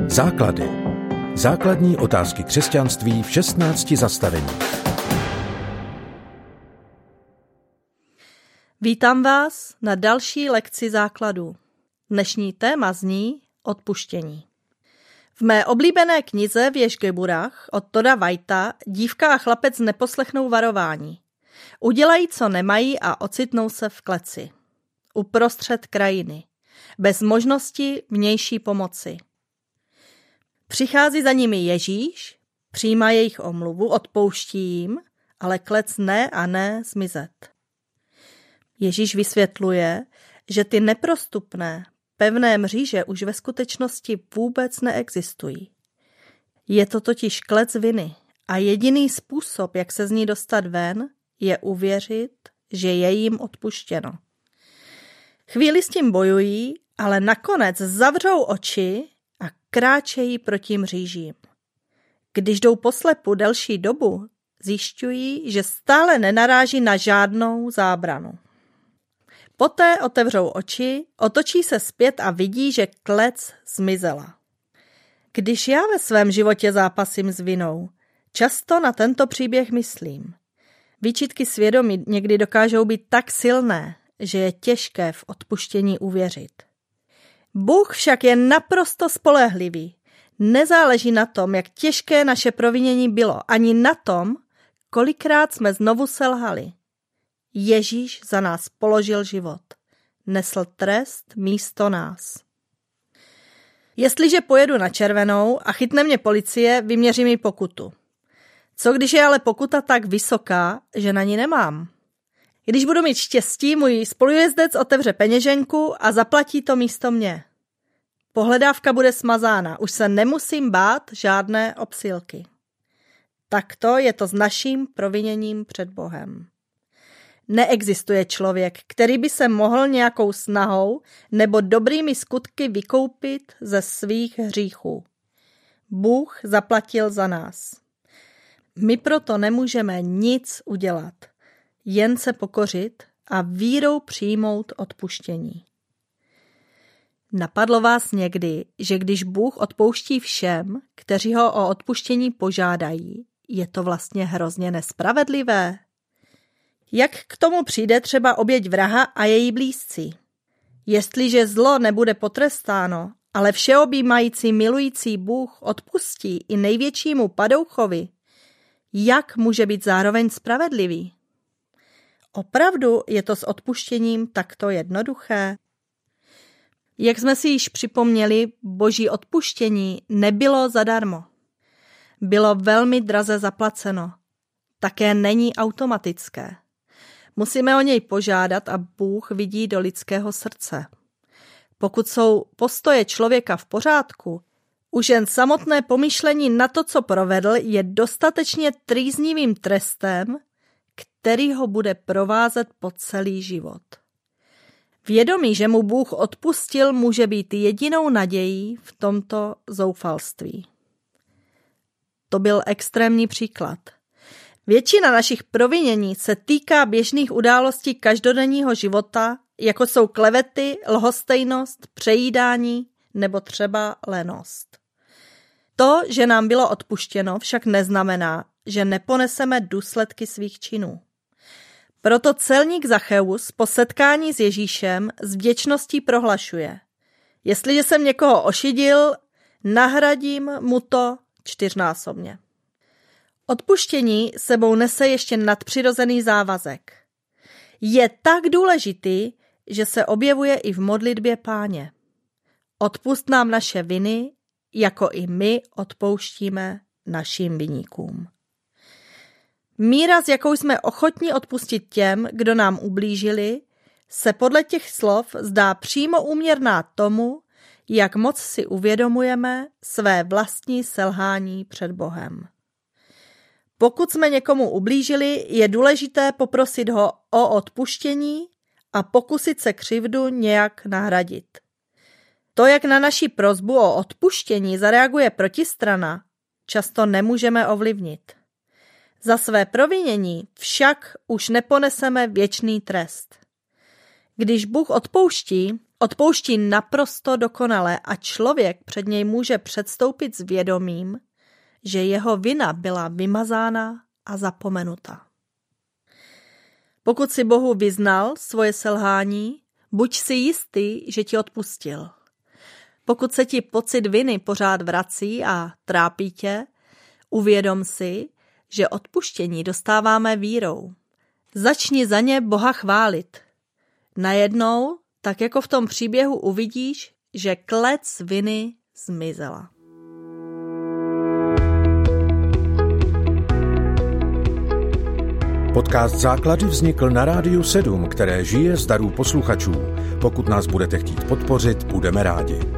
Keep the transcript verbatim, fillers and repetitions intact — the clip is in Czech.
Základy. Základní otázky křesťanství v šestnácti zastaveních. Vítám vás na další lekci základů. Dnešní téma zní odpuštění. V mé oblíbené knize Věž Geburach od Todda Whitea dívka a chlapec neposlechnou varování. Udělají, co nemají a ocitnou se v kleci. Uprostřed krajiny. Bez možnosti vnější pomoci. Přichází za nimi Ježíš, přijímá jejich omluvu, odpouští jim, ale klec ne a ne zmizet. Ježíš vysvětluje, že ty neprostupné, pevné mříže už ve skutečnosti vůbec neexistují. Je to totiž klec viny a jediný způsob, jak se z ní dostat ven, je uvěřit, že je jim odpuštěno. Chvíli s tím bojují, ale nakonec zavřou oči a kráčejí proti mřížím. Když jdou poslepu delší dobu, zjišťují, že stále nenaráží na žádnou zábranu. Poté otevřou oči, otočí se zpět a vidí, že klec zmizela. Když já ve svém životě zápasím s vinou, často na tento příběh myslím. Výčitky svědomí někdy dokážou být tak silné, že je těžké v odpuštění uvěřit. Bůh však je naprosto spolehlivý. Nezáleží na tom, jak těžké naše provinění bylo, ani na tom, kolikrát jsme znovu selhali. Ježíš za nás položil život. Nesl trest místo nás. Jestliže pojedu na červenou a chytne mě policie, vyměří mi pokutu. Co když je ale pokuta tak vysoká, že na ní nemám? Když budu mít štěstí, můj spolujezdec otevře peněženku a zaplatí to místo mě. Pohledávka bude smazána, už se nemusím bát žádné obsílky. Takto je to s naším proviněním před Bohem. Neexistuje člověk, který by se mohl nějakou snahou nebo dobrými skutky vykoupit ze svých hříchů. Bůh zaplatil za nás. My proto nemůžeme nic udělat, jen se pokořit a vírou přijmout odpuštění. Napadlo vás někdy, že když Bůh odpouští všem, kteří ho o odpuštění požádají, je to vlastně hrozně nespravedlivé? Jak k tomu přijde třeba oběť vraha a její blízcí? Jestliže zlo nebude potrestáno, ale všeobjímající milující Bůh odpustí i největšímu padouchovi, jak může být zároveň spravedlivý? Opravdu je to s odpuštěním takto jednoduché? Jak jsme si již připomněli, Boží odpuštění nebylo zadarmo. Bylo velmi draze zaplaceno. Také není automatické. Musíme o něj požádat a Bůh vidí do lidského srdce. Pokud jsou postoje člověka v pořádku, už jen samotné pomyšlení na to, co provedl, je dostatečně trýznivým trestem, který ho bude provázet po celý život. Vědomí, že mu Bůh odpustil, může být jedinou nadějí v tomto zoufalství. To byl extrémní příklad. Většina našich provinění se týká běžných událostí každodenního života, jako jsou klevety, lhostejnost, přejídání nebo třeba lenost. To, že nám bylo odpuštěno, však neznamená, že neponeseme důsledky svých činů. Proto celník Zacheus po setkání s Ježíšem s vděčností prohlašuje: jestliže jsem někoho ošidil, nahradím mu to čtyřnásobně. Odpuštění sebou nese ještě nadpřirozený závazek. Je tak důležitý, že se objevuje i v modlitbě Páně. Odpusť nám naše viny, jako i my odpouštíme našim viníkům. Míra, s jakou jsme ochotní odpustit těm, kdo nám ublížili, se podle těch slov zdá přímo úměrná tomu, jak moc si uvědomujeme své vlastní selhání před Bohem. Pokud jsme někomu ublížili, je důležité poprosit ho o odpuštění a pokusit se křivdu nějak nahradit. To, jak na naši prosbu o odpuštění zareaguje protistrana, často nemůžeme ovlivnit. Za své provinění však už neponeseme věčný trest. Když Bůh odpouští, Odpouští naprosto dokonale a člověk před něj může předstoupit s vědomím, že jeho vina byla vymazána a zapomenuta. Pokud si Bohu vyznal svoje selhání, buď si jistý, že ti odpustil. Pokud se ti pocit viny pořád vrací a trápí tě, uvědom si, že odpuštění dostáváme vírou. Začni za ně Boha chválit. Najednou, tak jako v tom příběhu, uvidíš, že klec viny zmizela. Podcast Základy vznikl na Rádiu sedm, které žije z darů posluchačů. Pokud nás budete chtít podpořit, budeme rádi.